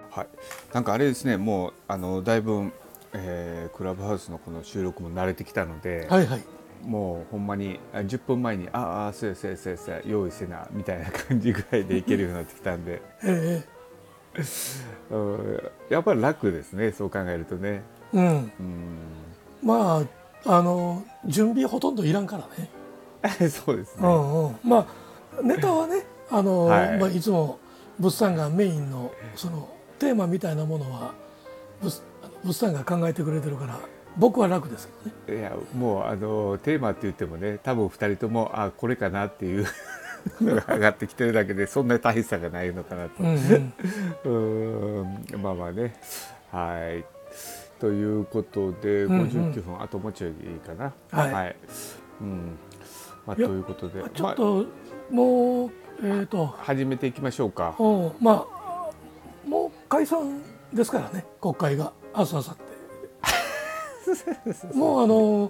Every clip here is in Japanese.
はい、なんかあれですね、もうだいぶ、クラブハウスのこの収録も慣れてきたので、 はいはい。 もうほんまに10分前にそうやそうやそうやそうや用意せなみたいな感じぐらいでいけるようになってきたんで、 えやっぱり楽ですね、そう考えるとね。 うん。ま準備ほとんどいらんからね。 そうですね。 うんうん。まあネタはね、 はい。 いつも物産がメインのそのテーマみたいなものは物産が考えてくれてるから僕は楽ですけどね。 いやもうテーマって言ってもね、多分2人ともこれかなっていうのが上がってきてるだけでそんな大差がないのかなと。 うんうん。 まあまあね。はい。ということでうんう 59 ん。 分あともうちょいかな。 はい。 はい。うん。まあいや、 ということで、まあちょっともう始めていきましょうか。 まあもう解散ですからね、国会が明日明後日。もう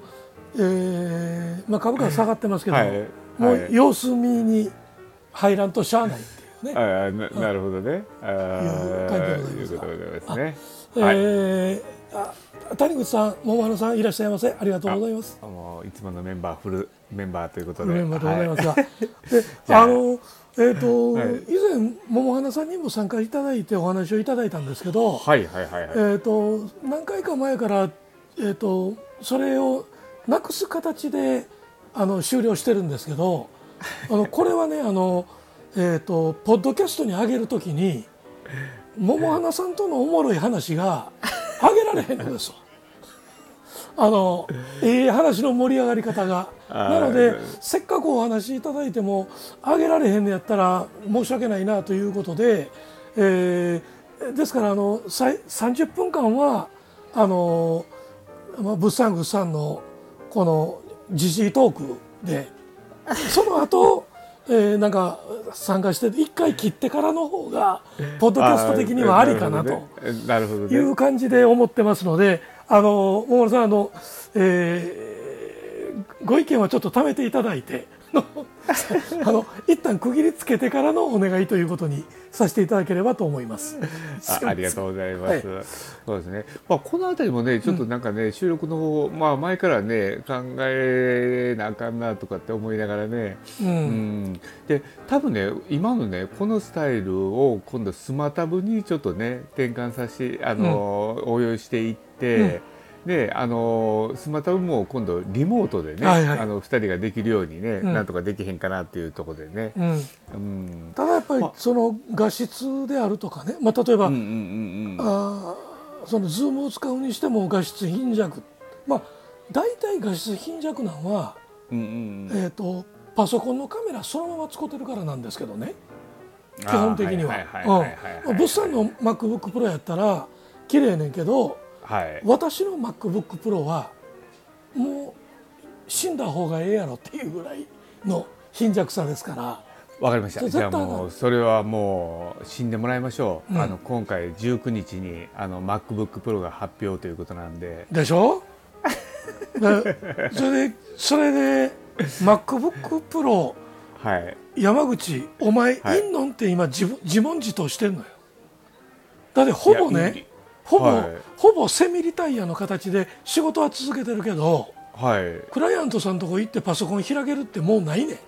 株価下がってますけど、 はいもうはい。 様子見に入らんとしゃあないっていうね、 なるほどね。 いう感じでございますが、 いうことでございますね。はい。 え谷口さん、桃花さんいらっしゃいませ。ありがとうございます。 もういつものメンバーフルメンバーということで、 フルメンバーでごはい。 ざいますが、で、 じゃあ、はい、 以前桃花さんにも参加いただいてお話をいただいたんですけど、 はいはいはいはい。 何回か前から、それをなくす形で終了してるんですけど、これはねポッドキャストに上げるときに桃花さんとのおもろい話が上げられへんのですよ。話の盛り上がり方が。なのでせっかくお話しいただいても上げられへんのやったら申し訳ないなということで、ですから30分間は物産物産のこの時事トークで、その後なんか参加して一回切ってからの方がポッドキャスト的にはありかなとなるほどね。 いう感じで思ってますので、桃原さんご意見はちょっと貯めていただいて一旦区切りつけてからのお願いということにさせていただければと思います。 ありがとうございます。 はい、 そうですね。まあこのあたりもね、ちょっとなんかね、収録の方、まあ前からね考えなあかんなとかって思いながらね。で多分ね、今のねこのスタイルを今度スマタブにちょっとね転換させて応用していって。でスマタブも今度リモートでね、 はいはい、 2人ができるようにね、なんとかできへんかなっていうところでね。 ただやっぱりその画質であるとかね、例えばそのズームを使うにしても画質貧弱、大体画質貧弱なんはパソコンのカメラそのまま使ってるからなんですけどね、基本的には。物産の MacBook Pro やったら綺麗ねんけど、私の MacBook Pro はもう死んだ方がええやろっていうぐらいの貧弱さですから。 わかりました。じゃあもうそれはもう死んでもらいましょう。今回19日にMacBook Pro が発表ということなんで。 でしょそれで MacBook Pro、山口お前いんのんって今自問自答してんのよ。だってほぼね、ほぼセミリタイヤの形で仕事は続けてるけど、クライアントさんのとこ行ってパソコン開けるってもうないねん。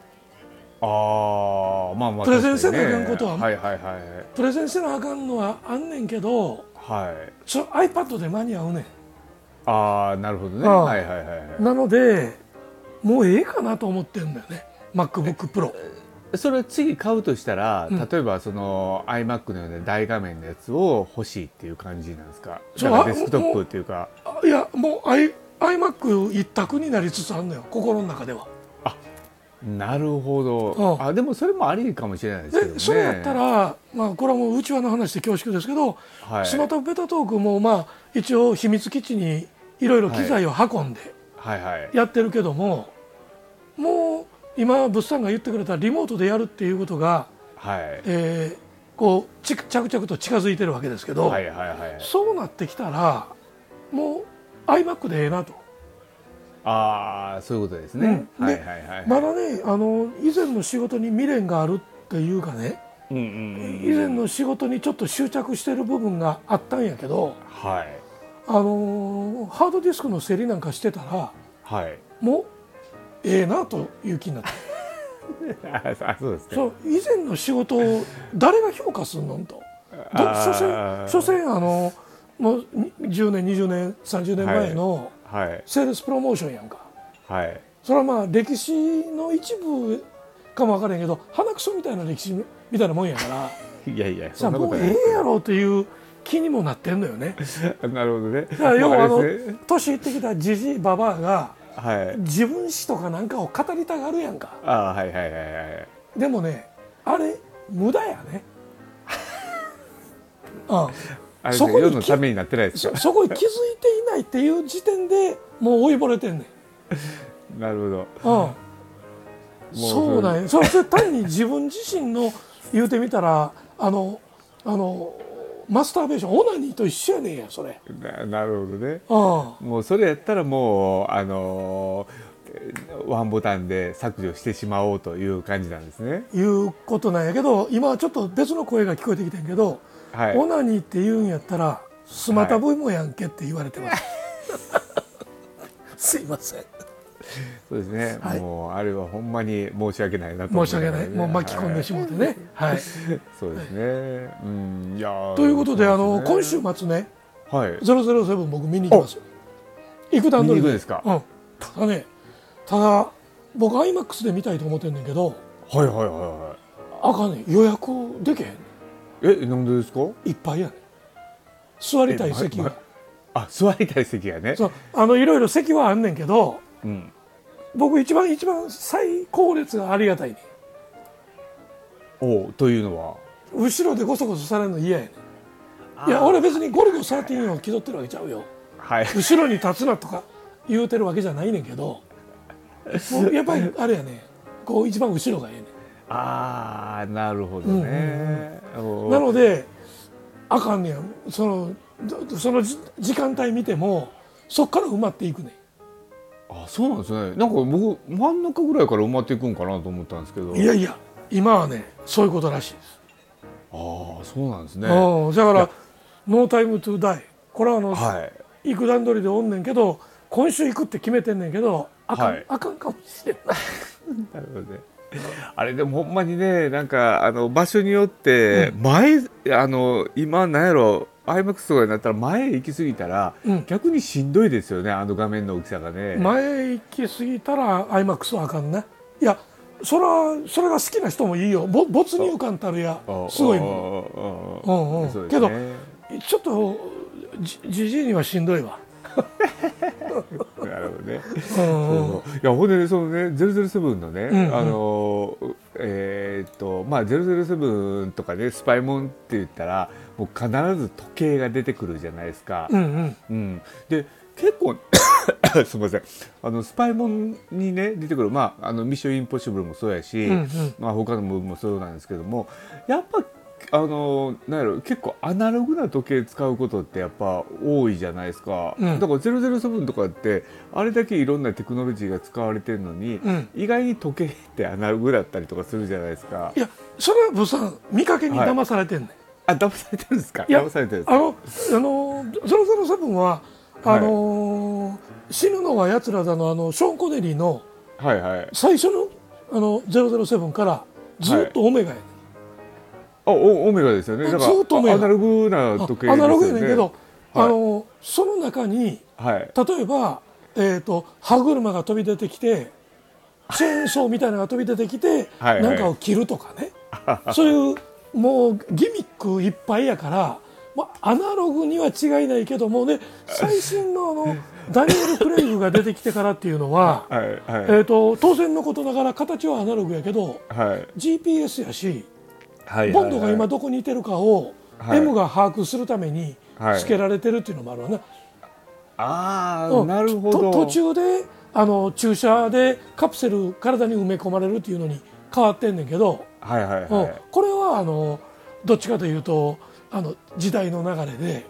プレゼンせなあかんことは、プレゼンせなあかんのはあんねんけど、iPad で間に合うねん。 なるほどね。 なのでもうええかなと思ってるんだよね、 MacBook Pro。 それ次買うとしたら、例えばその iMac のような大画面のやつを欲しいっていう感じなんですか？だからデスクトップっていうか。 いやもう iMac 一択になりつつあるのよ、心の中では。 なるほど。でもそれもありかもしれないですけどね。 それやったら、これはもう内輪の話で恐縮ですけど、スマタブベタトークも一応秘密基地にいろいろ機材を運んでやってるけども、もう今物産が言ってくれたリモートでやるっていうことが、こう着々と近づいてるわけですけど、そうなってきたらもう iMac でええなと。 そういうことですね。 まだね以前の仕事に未練があるっていうかね、 以前の仕事にちょっと執着してる部分があったんやけど、 はい、 ハードディスクの整理なんかしてたら、 はい、 もうええなという気になったあ、そうですね。 そう、以前の仕事を誰が評価するのと、所詮もう10年20年30年前のセールスプロモーションやんか、 はい、 それはまあ歴史の一部かも分からへんけど、鼻くそみたいな歴史みたいなもんやからいやいや、 さあもうええやろうという気にもなってんのよねなるほどね。 だから要は年いってきたじじいばばあが、 はい、 自分史とかなんかを語りたがるやんか。 はいはいはいはい。 でもね、あれ無駄やねあれね、世のためになってないですか。 そこに気づいていないっていう時点でもう老いぼれてんねん。 なるほど。 そうなんや。それ単に自分自身の言うてみたらマスターベーションオナニーと一緒やねんやそれ。 なるほどね。もうそれやったらもうワンボタンで削除してしまおうという感じなんですね。 いうことなんやけど、今はちょっと別の声が聞こえてきてんけど、はい、オナニーって言うんやったらスマタブイもやんけって言われてます、すいません。 そうですね、はい、もうあれはほんまに申し訳ないなと思いますね。申し訳ない、もう巻き込んでしまってね、はい、 そうですね、いやということで、今週末ね、はい、007僕見に行きますよ。行く段取りで。ただ僕 IMAX で見たいと思ってんねんけど、 はいはいはいはい、 あかんねん、予約できへん。 なんでですか。 いっぱいやねん、座りたい席が。 座りたい席がね。 そう、いろいろ席はあんねんけど、僕一番最高列がありがたいね。 というのは後ろでゴソゴソされるの嫌やねん。いや俺別にゴルゴ13を気取ってるわけちゃうよ、はい、後ろに立つなとか言うてるわけじゃないねんけど、もうやっぱりあれやね、こう一番後ろがええねん。 なるほどね、 なのであかんねん、その時間帯見てもそっから埋まっていくねん。 そうなんですね。なんか僕真ん中ぐらいから埋まっていくんかなと思ったんですけど、 いやいや今はねそういうことらしいです。 そうなんですね。 だからノータイムトゥダイ、これは行く段取りでおんねんけど、今週行くって決めてんねんけど、あかんかもしれないなるほどね。あれでもほんまにね、なんか場所によって今なんやろ、IMAX とかになったら前行き過ぎたら、逆にしんどいですよね、画面の大きさがね。 前行き過ぎたら IMAX はあかんね。いやそれが好きな人もいいよ。没入感たるやすごいもん。けどちょっとじじいにはしんどいわなるほどね。いやほんでそのね007のね、007とかね、スパイモンって言ったらもう必ず時計が出てくるじゃないですか。で結構すみません、スパイモンにね出てくる、ミッションインポッシブルもそうやし、他の部分もそうなんですけども、やっぱなんやろ、結構アナログな時計使うことってやっぱ多いじゃないですか。だから007とかってあれだけいろんなテクノロジーが使われてるのに、意外に時計ってアナログだったりとかするじゃないですか。 いやそれはブさん見かけに騙されてんねん。 騙されてるんですか。騙されてるんですか。 007は死ぬのはやつらだのショーン・コネリーの最初の007からずっとオメガやねん。 オメガですよね。だからずっとアナログな時計ですよね。 アナログやねんけど、その中に、例えば、歯車が飛び出てきてチェーンソーみたいなのが飛び出てきて何かを切るとかねそういうもうギミックいっぱいやから、アナログには違いないけどもね、最新のダニエル・クレイグが出てきてからっていうのは当然のことながら形はアナログやけど、GPS やし、ボンドが今どこにいてるかを M が把握するためにつけられてるっていうのもあるわね。 なるほど。 途中で注射でカプセル体に埋め込まれるっていうのに変わってんねんけど、これはどっちかというと時代の流れで、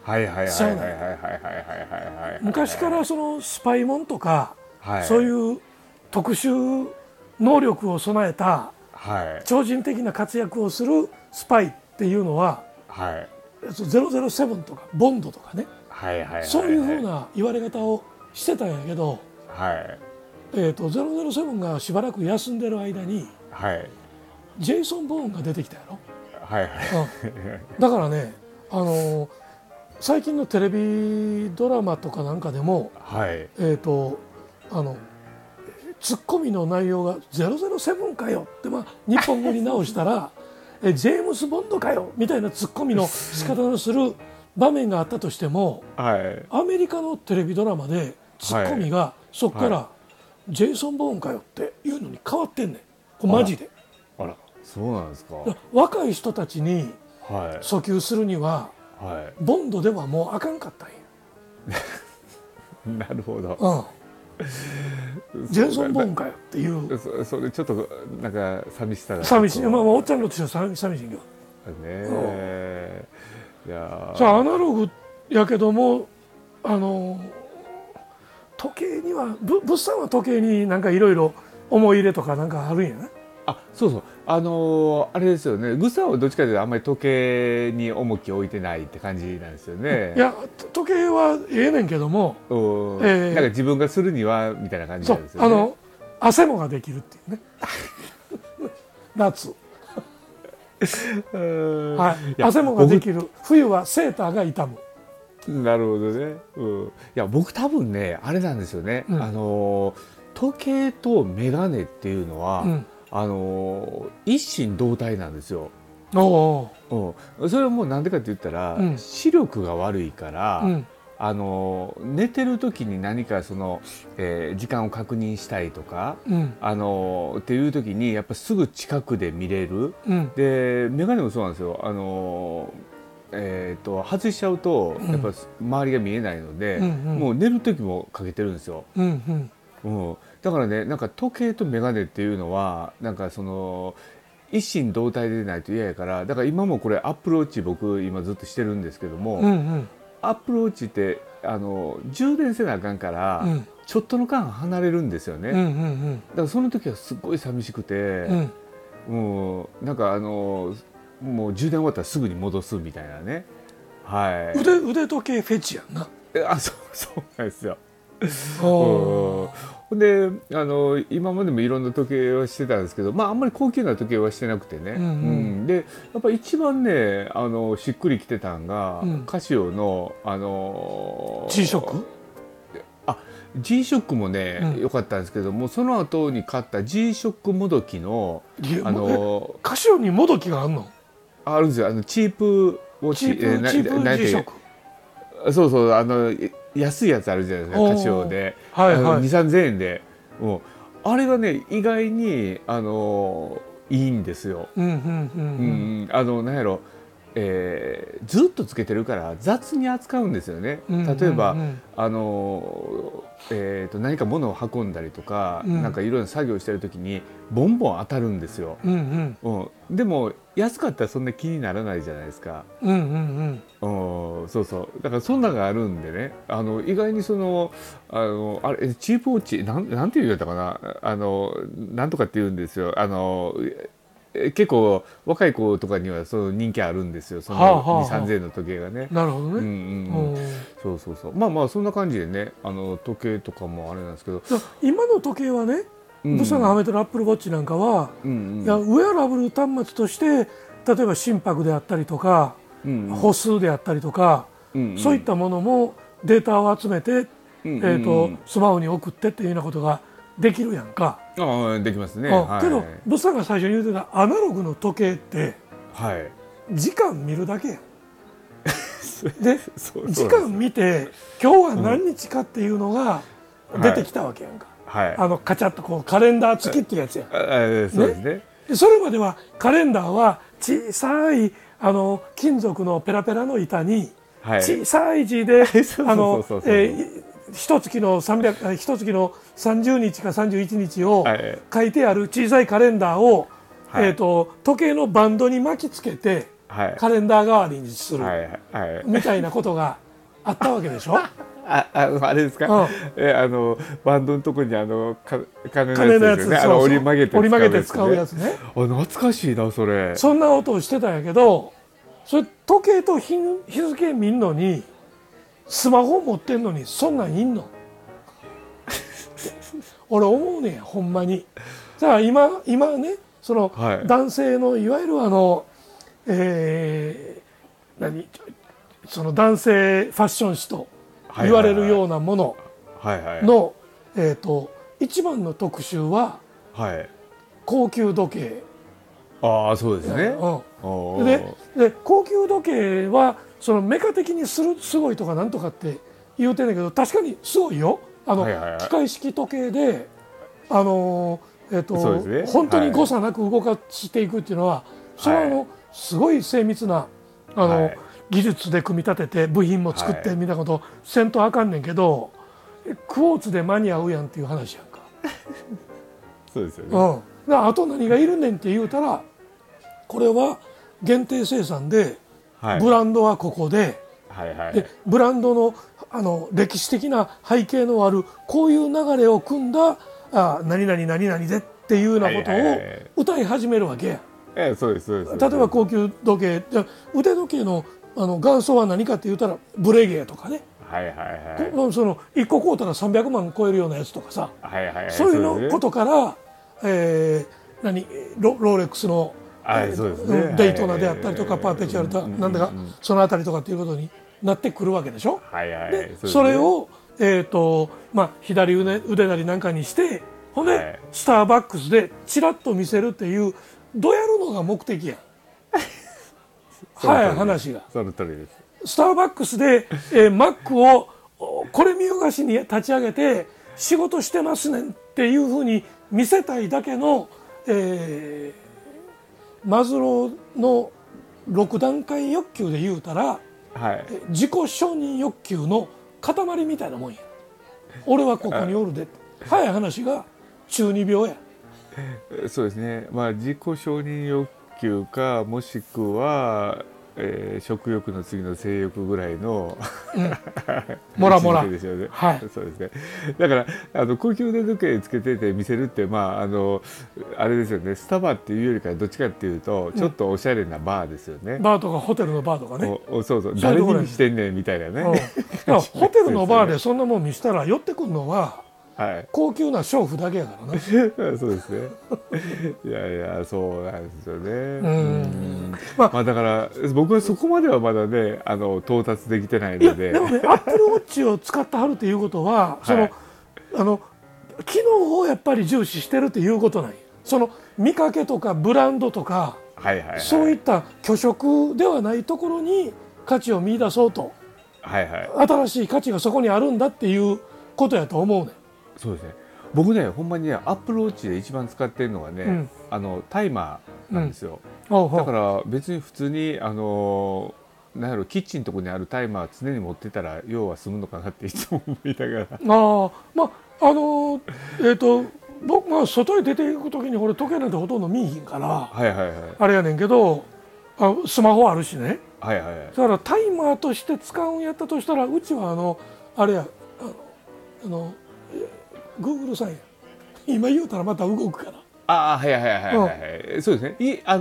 昔からそのスパイモンとか、そういう特殊能力を備えた超人的な活躍をするスパイっていうのは、007とかボンドとかね、そういうふうな言われ方をしてたんやけど、007がしばらく休んでる間に、ジェイソン・ボーンが出てきたやろ。だからね、最近のテレビドラマとかなんかでも、ツッコミの内容が007かよって、日本語に直したらジェームス・ボンドかよみたいなツッコミの仕方をする場面があったとしても、アメリカのテレビドラマでツッコミがそこからジェイソン・ボーンかよっていうのに変わってんねん。これマジで。 あら、そうなんですか。 若い人たちに訴求するには、ボンドではもうあかんかったんや。なるほど。 ジェイソン・ボーンかよっていう。 それちょっとなんか寂しさが。 寂しい。おっちゃんのとしては寂しいけど。 ね。いや。 さあアナログやけども、時計には物産は時計になんかいろいろ思い入れとかなんかあるんやな。 そうそう、あれですよね。グサはどっちかというとあんまり時計に重きを置いてないって感じなんですよね。 いや、時計はええねんけども、 なんか自分がするにはみたいな感じなんですよね。 そう、汗もができるっていうね。夏。汗もができる。冬はセーターが傷む。なるほどね。いや、僕多分ね、あれなんですよね。時計とメガネっていうのは、一心同体なんですよ。それはもうなんでかって言ったら、視力が悪いから、寝てる時に何かその、時間を確認したいとか、っていう時にやっぱすぐ近くで見れる。でメガネもそうなんですよ。外しちゃうとやっぱ周りが見えないので、もう寝る時もかけてるんですよ。だからね、なんか時計とメガネっていうのはなんかその一心同体でないと嫌やから、だから今もこれアップルウォッチ僕今ずっとしてるんですけども、アップルウォッチって充電せなあかんから、ちょっとの間離れるんですよね。だからその時はすごい寂しくて、もうなんかもう充電終わったらすぐに戻すみたいなね。 腕時計フェチやんな。 そうなんですよ。で今までもいろんな時計はしてたんですけど、あんまり高級な時計はしてなくてね。でやっぱ一番ねしっくりきてたんが、カシオの G-SHOCK G-SHOCK もね良かったんですけども、その後に買った G-SHOCK もどきのカシオにもどきがあるの？ あるんですよ。チープウォッチ、 チープ G-SHOCK。 そう安いやつあるじゃないですか、カシオで、2,000-3,000円で、あれがね意外にいいんですよ。なんやろ、ずっとつけてるから雑に扱うんですよね。例えば何か物を運んだりとか、なんかいろいろ作業してる時にボンボン当たるんですよ。でも安かったらそんな気にならないじゃないですか。そうだからそんなのがあるんでね、意外にそのあれチープウォッチなんて言うやったかな、なんとかって言うんですよ。結構若い子とかにはその人気あるんですよ、その2,000-3,000円の時計がね。 なるほどね。 そうそんな感じでね、時計とかもあれなんですけど、 今の時計はね、ブさんがはめてるアップルウォッチなんかは、いやウェアラブル端末として例えば心拍であったりとか、歩数であったりとか、そういったものもデータを集めて、スマホに送ってっていうようなことができるやんか。 できますね。 けどブさんが最初に言ってたアナログの時計って、時間見るだけやん。で時間見て今日は何日かっていうのが出てきたわけやんか。カチャッとこうカレンダー付きっていうやつや。 そうですね。 それまではカレンダーは小さい金属のペラペラの板に小さい字で一月の30日か31日を書いてある小さいカレンダーを時計のバンドに巻きつけてカレンダー代わりにするみたいなことがあったわけでしょ。 あれですか、バンドのとこに金のやつですよね、折り曲げて使うやつね。懐かしいなそれ。 そんな音をしてたんやけど、それ時計と日付見んのにスマホ持ってんのにそんなんいんの俺思うねんほんまに。だから今ね、その男性のいわゆるその男性ファッション誌と言われるようなものの一番の特集は高級時計。 ああそうですね。 で高級時計はそのメカ的にすごいとかなんとかって言うてんだけど、確かにすごいよ。機械式時計で本当に誤差なく動かしていくっていうのは、それはすごい精密な技術で組み立てて部品も作ってみたいなことせんとあかんねんけど、クォーツで間に合うやんっていう話やんか。 そうですよね。 あと何がいるねんって言うたら、これは限定生産で、ブランドはここで、でブランドの歴史的な背景のあるこういう流れを組んだ何々何々でっていうようなことを歌い始めるわけや。 そうですそうです。 例えば高級時計、腕時計の元祖は何かって言ったらブレゲーとかね、その1個買うたら300万超えるようなやつとかさ、そういうのことから、ローレックスのデイトナであったりとかパーペチュアルタなんだかそのあたりとかっていうことになってくるわけでしょ。でそれを左腕なりなんかにして、ほんでスターバックスでチラッと見せるっていうどうやるのが目的やん。早い話が。 その通りです。 スターバックスで、マックをこれ見よがしに立ち上げて仕事してますねんっていうふうに見せたいだけの、マズローの6段階欲求で言うたら、自己承認欲求の塊みたいなもんや。俺はここにおるで、早い話が中二病や。 そうですね。自己承認欲求か、もしくは、食欲の次の性欲ぐらいの、 モラモラですよね。そうですね。だから高級腕時計つけてて見せるって、あれですよね。スタバっていうよりかどっちかっていうとちょっとおしゃれなバーですよね。 バーとかホテルのバーとかね。 そう誰に見してんねんみたいなね。 ホテルのバーでそんなもん見したら寄ってくるのは高級な娼婦だけやからね。 そうですね。いやそうなんですよね。だから僕はそこまではまだね到達できてないので。 でもね、アップルウォッチを使ってはるということは、その機能をやっぱり重視してるということなんや。その見かけとかブランドとか、そういった虚飾ではないところに価値を見出そうと、新しい価値がそこにあるんだっていうことやと思うね。 そうですね。僕ね、ほんまにね、アップルウォッチで一番使ってるのがね、タイマーなんですよ。だから別に普通になんやろ、キッチンのところにあるタイマー常に持ってたら要は済むのかなっていつも思いながら。僕が外へ出ていくときに俺時計なんてほとんど見えへんから、あれやねんけど、スマホあるしね。だからタイマーとして使うんやったとしたら、うちはあれやGoogle さんや。今言うたらまた動くから。そうですね。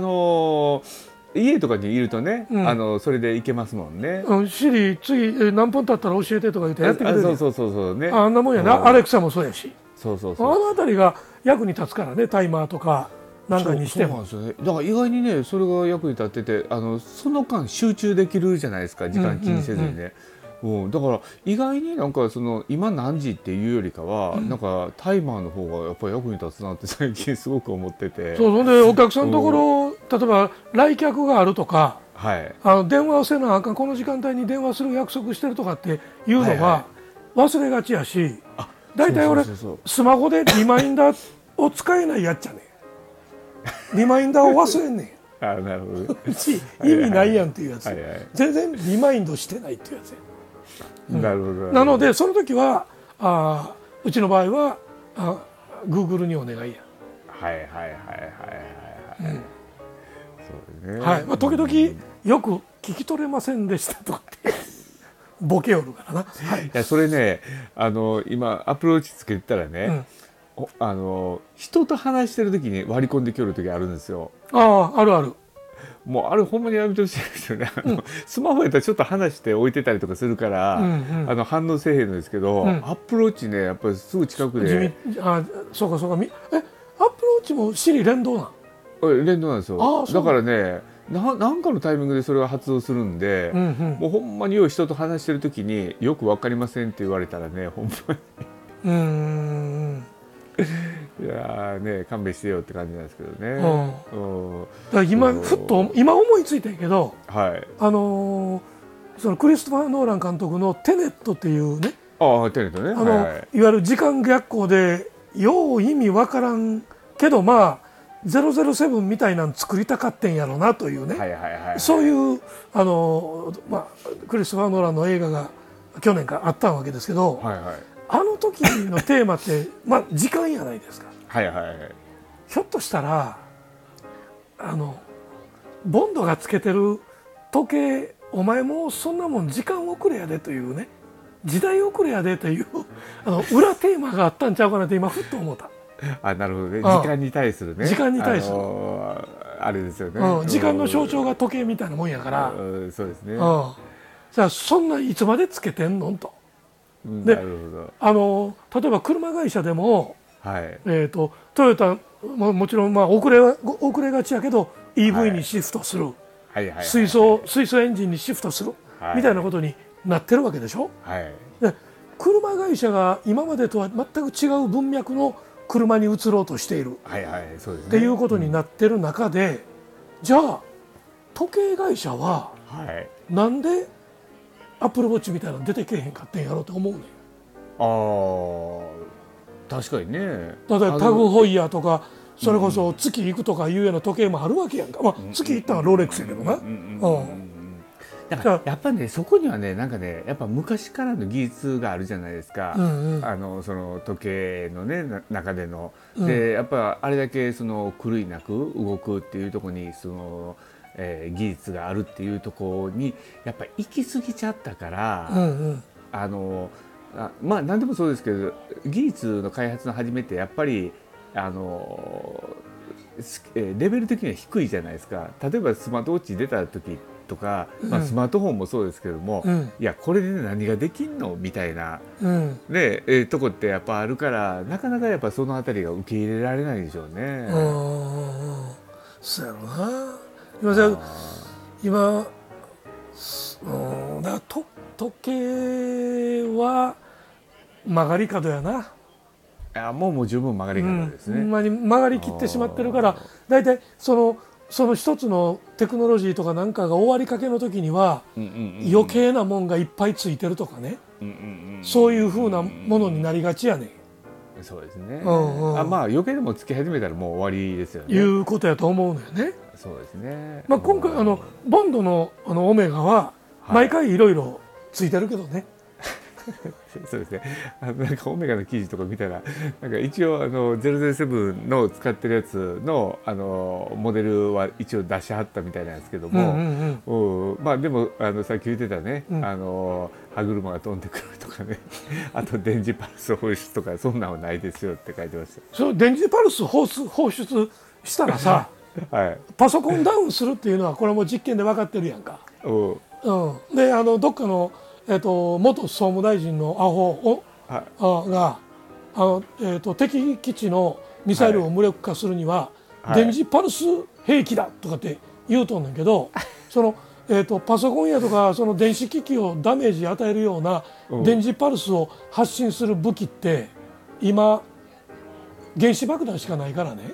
家とかにいるとね、それでいけますもんね。 シリ次何分経ったら教えてとか言ってやってくれる。 そうね。 あんなもんやな。アレクサもそうやし。 あのあたりが役に立つからね、タイマーとかなんかにしても。 そうなんですよね。だから意外にね、それが役に立ってて、その間集中できるじゃないですか、時間気にせずにね。だから意外になんか今何時っていうよりかは、なんかタイマーの方がやっぱり役に立つなって最近すごく思ってて。そうでお客さんのところ、例えば来客があるとか、電話をせなあかん、この時間帯に電話する約束してるとかっていうのは忘れがちやし、だいたい俺スマホでリマインダーを使えないやっちゃねリマインダーを忘れんねん。 なるほど。 意味ないやんっていうやつ。全然リマインドしてないっていうやつや。 なるほど。 なのでその時はうちの場合はGoogle にお願いや。そうですね。時々よく聞き取れませんでしたとかってボケおるからな、 はい、いやそれね今アプローチつけてたらね、人と話してる時に割り込んできよる時あるんですよ。 ああ、あるある。 もうあれほんまにやめてほしいですよね。スマホやったらちょっと離して置いてたりとかするから、反応せえへんのですけど、アップローチねやっぱりすぐ近くで。 そうかそうか。アップローチもSiri連動なん？ 連動なんですよ。だからねなんかのタイミングでそれが発動するんで、もうほんまに人と話してる時によく分かりませんって言われたらねほんまにいやね勘弁してよって感じなんですけどね。 だから今思いついたんやけど、 はいそのクリストファー・ノーラン監督のテネットっていうね、 テネットね、 いわゆる時間逆行でよう意味わからんけどまあ007みたいなの作りたかってんやろなというね、そういうクリストファー・ノーランの映画が去年からあったわけですけど、あの時のテーマって時間やないですか。ひょっとしたらボンドがつけてる時計お前もそんなもん時間遅れやでというね、時代遅れやでという裏テーマがあったんちゃうかなって今ふっと思った。 なるほどね。時間に対するね。 時間に対するあれですよね。 時間の象徴が時計みたいなもんやから。 そうですね。 じゃあそんないつまでつけてんのと。で、例えば車会社でも、トヨタもちろん遅れがちやけど EV にシフトする、水素エンジンにシフトする、みたいなことになってるわけでしょ。で車会社が今までとは全く違う文脈の車に移ろうとしているっていうことになってる中で、じゃあ時計会社はなんでアップルウォッチみたいなの出てけえへんかってんやろうと思うねん。確かにね。 例えばタグホイヤーとかそれこそ月行くとかいうような時計もあるわけやんか。月行ったのはロレックスやけどな。 だからやっぱりねそこにはねなんかねやっぱ昔からの技術があるじゃないですか。その時計のね中での。でやっぱあれだけその狂いなく動くっていうところにその技術があるっていうところにやっぱり行き過ぎちゃったから、何でもそうですけど技術の開発の始めってやっぱりレベル的には低いじゃないですか。例えばスマートウォッチ出た時とか、スマートフォンもそうですけども、いやこれで何ができんのみたいな、とこってやっぱあるからなかなかやっぱそのあたりが受け入れられないでしょうね。 そうやろな。今だから時計は曲がり角やな。 もう十分曲がり角ですね。 ほんまに曲がりきってしまってるから、だいたいその一つのテクノロジーとかなんかが終わりかけの時には余計なもんがいっぱいついてるとかね、そういう風なものになりがちやねん。 そうですね。余計でもつき始めたらもう終わりですよね。 いうことやと思うのよね。 そうですね。 今回ボンドのオメガは毎回いろいろついてるけどね。 そうですね。なんかオメガの記事とか見たらなんか一応007の使ってるやつのモデルは一応出しはったみたいなんですけども、でもさっき言ってたね、歯車が飛んでくるとかねあと電磁パルス放出とかそんなのはないですよって書いてました。 そう電磁パルス放出したらさパソコンダウンするっていうのはこれも実験で分かってるやんか。でどっかの元総務大臣のアホが敵基地のミサイルを無力化するには電磁パルス兵器だとかって言うとんねんけど、そのパソコンやとかその電子機器をダメージ与えるような電磁パルスを発信する武器って今原子爆弾しかないからね。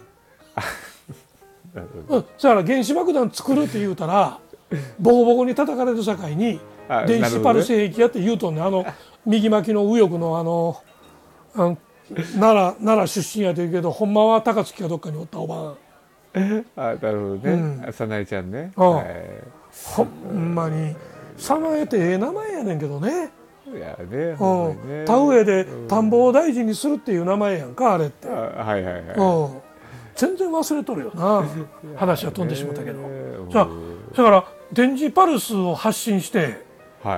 だから原子爆弾作るって言うたらボコボコに叩かれる境に電子パルス兵器やって言うとんねん。右巻きの右翼の奈良出身やと言うけどほんまは高槻かどっかにおったおばん。 なるほどね。早苗ちゃんね。 ほんまに早苗ってええ名前やねんけどね。 いやね。 田植えで田んぼを大事にするっていう名前やんかあれって。全然忘れとるよな。話は飛んでしまったけど。だから電磁パルスを発信して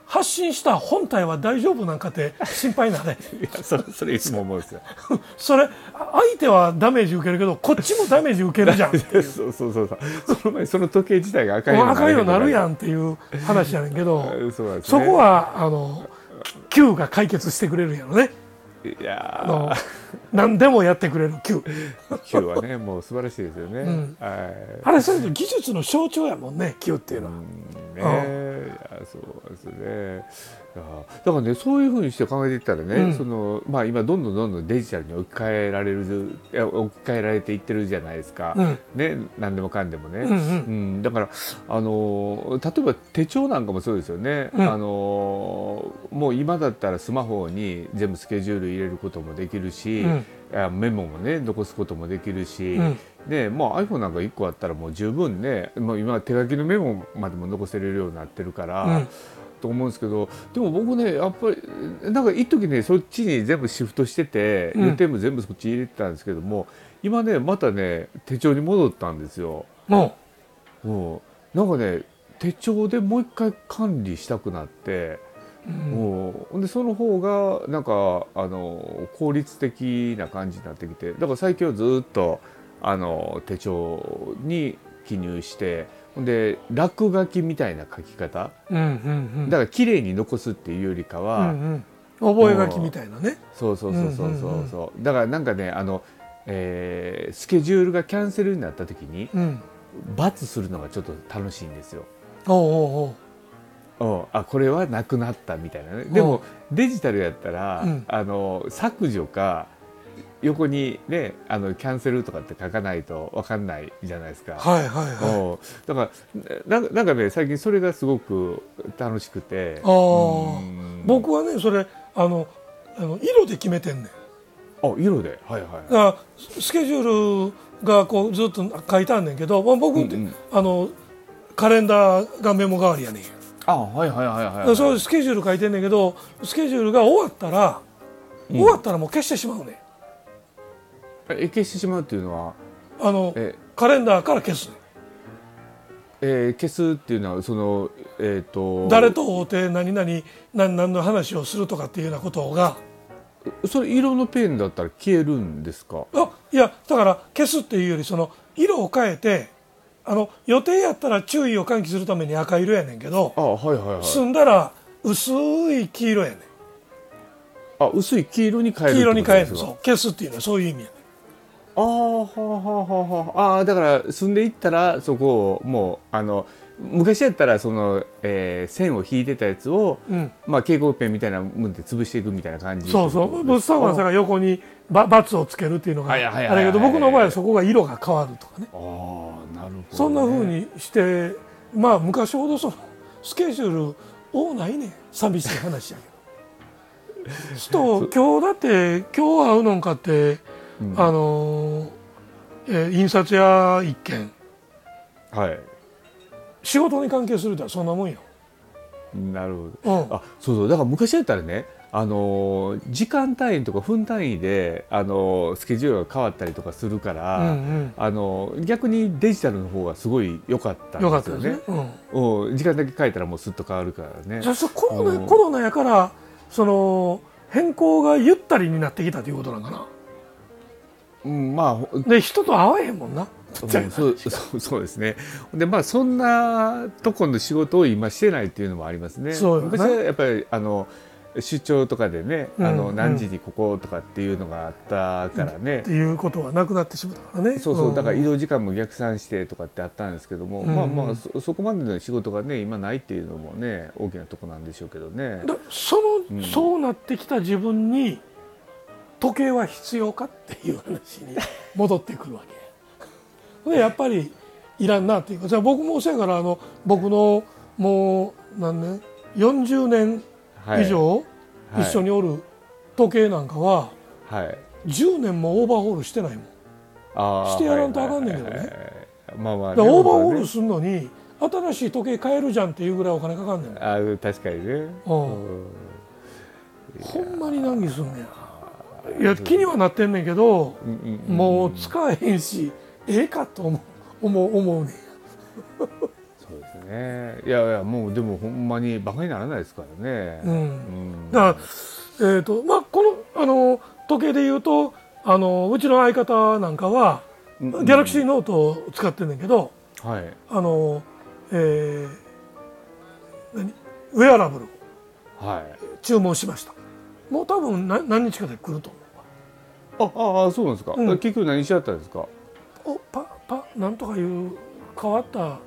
発信した本体は大丈夫なんかって心配になれ。 いやそれいつも思うんですよ。 それ相手はダメージ受けるけどこっちもダメージ受けるじゃんっていうそうその前その時計自体が赤いようになるやんっていう話やねんけどそうなんですね、 そこはQ が解決してくれるんやろね。 いや何でもやってくれる Q はねもう素晴らしいですよね、うん、 あれそれと技術の象徴やもんね Q っていうのは。 いやそうですね。だからねそういうふうにして考えていったらね、今どんどんデジタルに置き換えられていってるじゃないですか、ね、何でもかんでもね、だから例えば手帳なんかもそうですよね、もう今だったらスマホに全部スケジュール入れることもできるし、メモもね残すこともできるし、でもう iPhone なんか1個あったらもう十分ね、もう今手書きのメモまでも残せれるようになってるから、と思うんですけど、でも僕ねやっぱりなんか一時ねそっちに全部シフトしてて、予定も全部そっち入れてたんですけども、今ねまたね手帳に戻ったんですよ。もうなんかね手帳でもう一回管理したくなって。でその方がなんか効率的な感じになってきて、だから最近はずっと手帳に記入して、で落書きみたいな書き方、だから綺麗に残すっていうよりかは、 覚書きみたいなね。 そうだからなんかねスケジュールがキャンセルになった時に、×するのがちょっと楽しいんですよ。これはなくなったみたいなね。でもデジタルやったら、削除か横にねキャンセルとかって書かないと分かんないじゃないですか。だからなんかね最近それがすごく楽しくて、 僕はねそれ色で決めてんねん。 色で、 スケジュールがこうずっと書いてあんねんけど、僕って、カレンダーがメモ代わりやねん。そうスケジュール書いてんねんけど、スケジュールが終わったらもう消してしまうねん。 消してしまうっていうのはカレンダーから消すね。消すっていうのは誰と会うて何の話をするとかっていうようなことが。 それ色のペンだったら消えるんですか？ いやだから消すっていうよりその色を変えて予定やったら注意を喚起するために赤色やねんけど、済んだら薄い黄色やねん。 薄い黄色に変える。 黄色に変える。そう消すっていうのはそういう意味やねん。だから進んでいったらそこをもう昔やったらその、線を引いてたやつを、蛍光ペンみたいなもんで潰していくみたいな感じ。 そう物産はさ横に×をつけるっていうのがあれけど、僕の場合はそこが色が変わるとかね。 なるほどね。そんな風にして昔ほどそのスケジュール多ないねん。寂しい話やけど今日だって今日会うのんかって、印刷屋一件、仕事に関係するとはそんなもんよ。 なるほど。そうだから昔だったらね時間単位とか分単位でスケジュールが変わったりとかするから、逆にデジタルの方がすごい良かったんですよね。時間だけ変えたらもうスッと変わるからね。 コロナやからその変更がゆったりになってきたということなんかな。で人と会わへんもんな。 そうですね。でそんなとこの仕事を今してないっていうのもありますね。昔はやっぱり出張とかでね、何時にこことかっていうのがあったからね。 っていうことはなくなってしまったからね。 だから移動時間も逆算してとかってあったんですけども、そこまでの仕事がね今ないっていうのもね大きなとこなんでしょうけどね。 そうなってきた自分に時計は必要かっていう話に戻ってくるわけ。でやっぱりいらんなっていうか、じゃあ僕もそうやから僕のもう何年40年以上一緒におる時計なんかは10年もオーバーホールしてないもん。してやらんとあかんねんけどね。オーバーホールするのに新しい時計買えるじゃんっていうぐらいお金かかんねん。 確かにね。 ほんまに難儀すんねや。いや気にはなってんねんけど、もう使えへんしええかと思うねんや。 そうですね。 ね。いやいやもうでもほんまにバカにならないですからね。 だからまあこの時計で言うとうちの相方なんかはギャラクシーノートを使ってんねんけど、 はい、 ウェアラブルはい、 注文しました。もう多分何日かで来ると思う。あ、そうなんですか。結局何しちゃったんですか。 なんとかいう変わった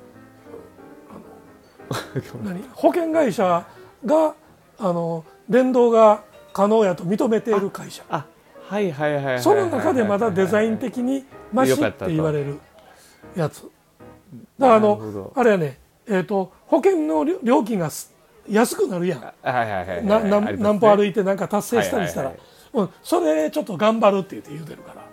保険会社が電動が可能やと認めている会社、 はいはいはいはい、 その中でまだデザイン的にマシって言われるやつだからあれやね、保険の料金が安くなるやん、何歩歩いてなんか達成したりしたら、それちょっと頑張るって言うてるから、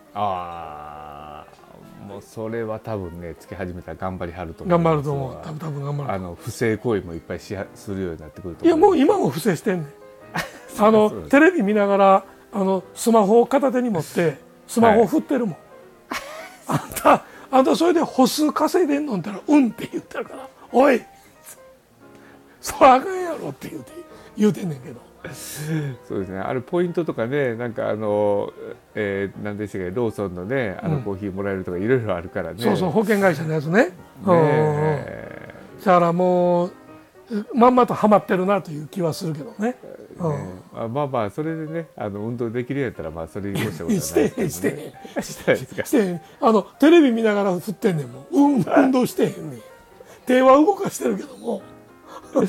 もうそれは多分ねつけ始めたら頑張りはると思う。 頑張ると思う。多分頑張る。 不正行為もいっぱいするようになってくると思う。 いやもう今も不正してんねんテレビ見ながらスマホを片手に持ってスマホを振ってるもん、あんたそれで歩数稼いでんのって言ったらって言ってるから、おいそれあかんやろって言うてんねんけど。 そうですね、あるポイントとかね、なんか何でしたっけ、ローソンのねコーヒーもらえるとかいろいろあるからね。そう保険会社のやつね。だからもうまんまとハマってるなという気はするけどね。 まあそれでね運動できるんやったらまあそれに越したことはないですけどね。 してへんテレビ見ながら振ってんねんもん。運動してへんねん。手は動かしてるけどもで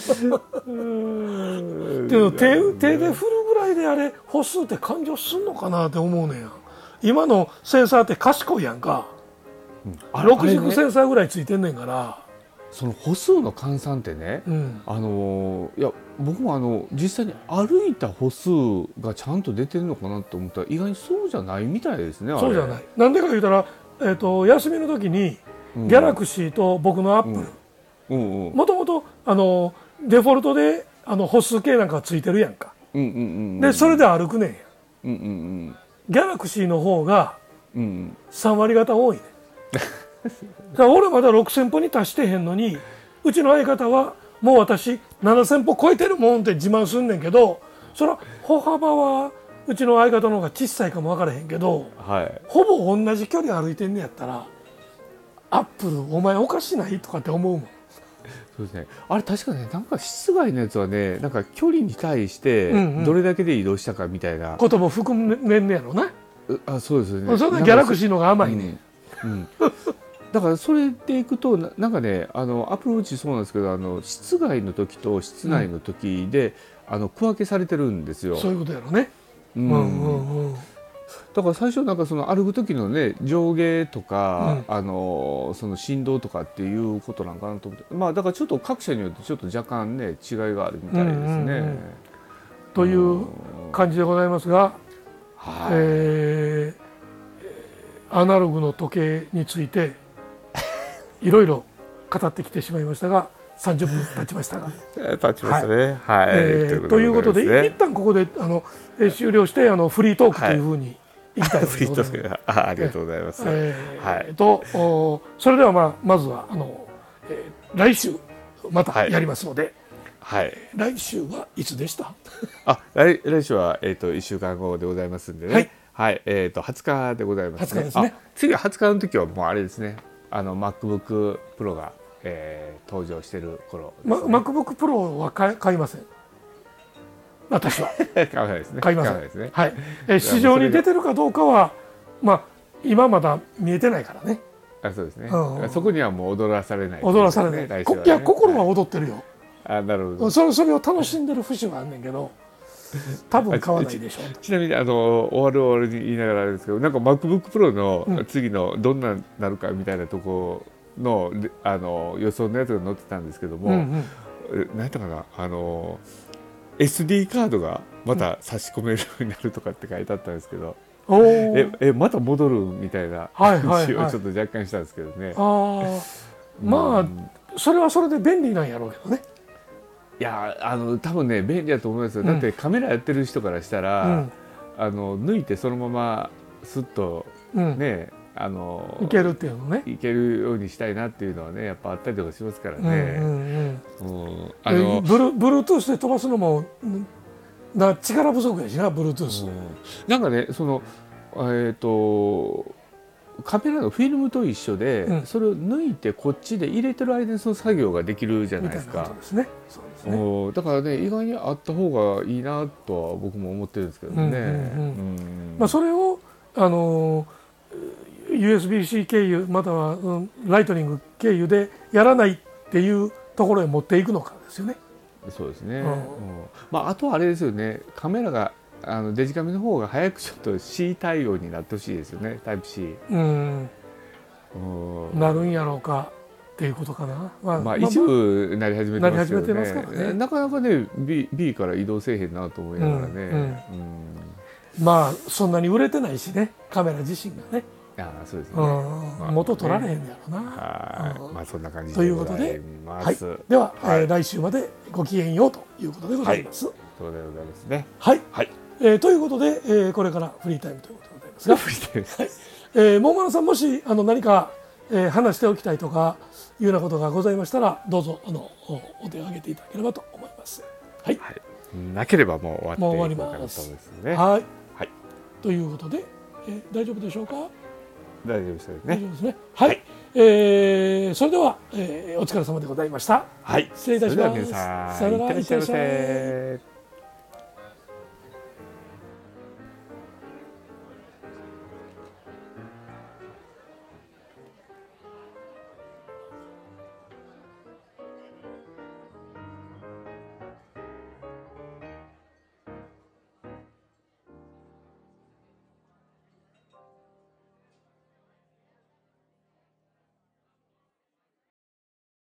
も手で振るぐらいであれ歩数って勘定すんのかなって思うねんや。今のセンサーって賢いやんか、6軸センサーぐらいついてんねんから。 その歩数の換算ってね、いや僕も実際に歩いた歩数がちゃんと出てるのかなと思ったら意外にそうじゃないみたいですね。 そうじゃない。なんでか言うたら、休みの時にギャラクシーと僕のアップル、もともとデフォルトで歩数計なんかついてるやんか。でそれで歩くねんや。ギャラクシーの方が3割方多いねん。だから俺まだ6000歩に達してへんのに、うちの相方はもう私7000歩超えてるもんって自慢すんねんけど、そら歩幅はうちの相方の方が小さいかも分からへんけど、ほぼ同じ距離歩いてんねやったらアップルお前おかしないとかって思うもん。 そうですね、あれ確かね、なんか室外のやつはね、なんか距離に対してどれだけで移動したかみたいなことも含めんねやろな。 そうですよね。 それでギャラクシーの方が甘いね。 だからそれでいくとなんかねアプローチそうなんですけど室外の時と室内の時で、区分けされてるんですよ。 そういうことやろね。 だから最初なんかその歩く時のね上下とか、その振動とかっていうことなんかなと思って、まあだからちょっと各社によってちょっと若干ね違いがあるみたいですね。 という感じでございますが、アナログの時計についていろいろ語ってきてしまいましたが、30分経ちましたが経ちましたね。はい、 ということで一旦ここで終了してフリートークというふうにいきたいと思います。 ありがとうございます。 それではまずは来週またやりますので、来週はいつでした？ 来週は1週間後でございますんでね。20日でございますね。次は20日の時はもうあれですね。MacBook Pro が登場してる頃ですね。 MacBook Pro は買いません。私は買いません。市場に出てるかどうかは今まだ見えてないからね。 そうですね。そこにはもう踊らされない。 踊らされない。いや心は踊ってるよ。 なるほど。 それを楽しんでる節はあんねんけど、多分買わないでしょう。 ちなみに終わるに言いながらあれですけど、なんか MacBook Pro の次のどんななるかみたいなとこの予想のやつが載ってたんですけども、何やったかな、SD カードがまた差し込めるようになるとかって書いてあったんですけど、また戻るみたいな話をちょっと若干したんですけどね。 それはそれで便利なんやろうけどね。 いや多分ね便利だと思いますよ。だってカメラやってる人からしたら、抜いてそのままスッとね、 いけるっていうのね、 いけるようにしたいなっていうのはねやっぱあったりとかしますからね。 Bluetooth で飛ばすのも力不足やしな Bluetooth、 なんかねカメラのフィルムと一緒で、それを抜いてこっちで入れてる間にその作業ができるじゃないですか。だからね意外にあった方がいいなとは僕も思ってるんですけどね。 それをUSB-C 経由または、ライトニング経由でやらないっていうところへ持っていくのかですよね。 そうですね。あとはあれですよね、カメラがデジカメの方が早くちょっと C 対応になってほしいですよね、タイプ C。 なるんやろうかっていうことかな。 一部なり始めてますけどますからね。 なかなかね B から移動せえへんなと思いながらね。 そんなに売れてないしね、カメラ自身がね。 そうですね。 元取られへんやろな。そんな感じということで、では来週までごきげんようということでございます。 そうでございますね。 はい。ということで、これからフリータイムということでございますが、フリータイム。桃野さんもし何か話しておきたいとかいうようなことがございましたら、どうぞお手を挙げていただければと思います。はい。 なければもう終わっていこうかなと思いますね。 はい。ということで、大丈夫でしょうか。 大丈夫ですね。 大丈夫ですね。はい。それでは、お疲れ様でございました。 はい。 失礼いたします。 さよなら。いってらっしゃいませ。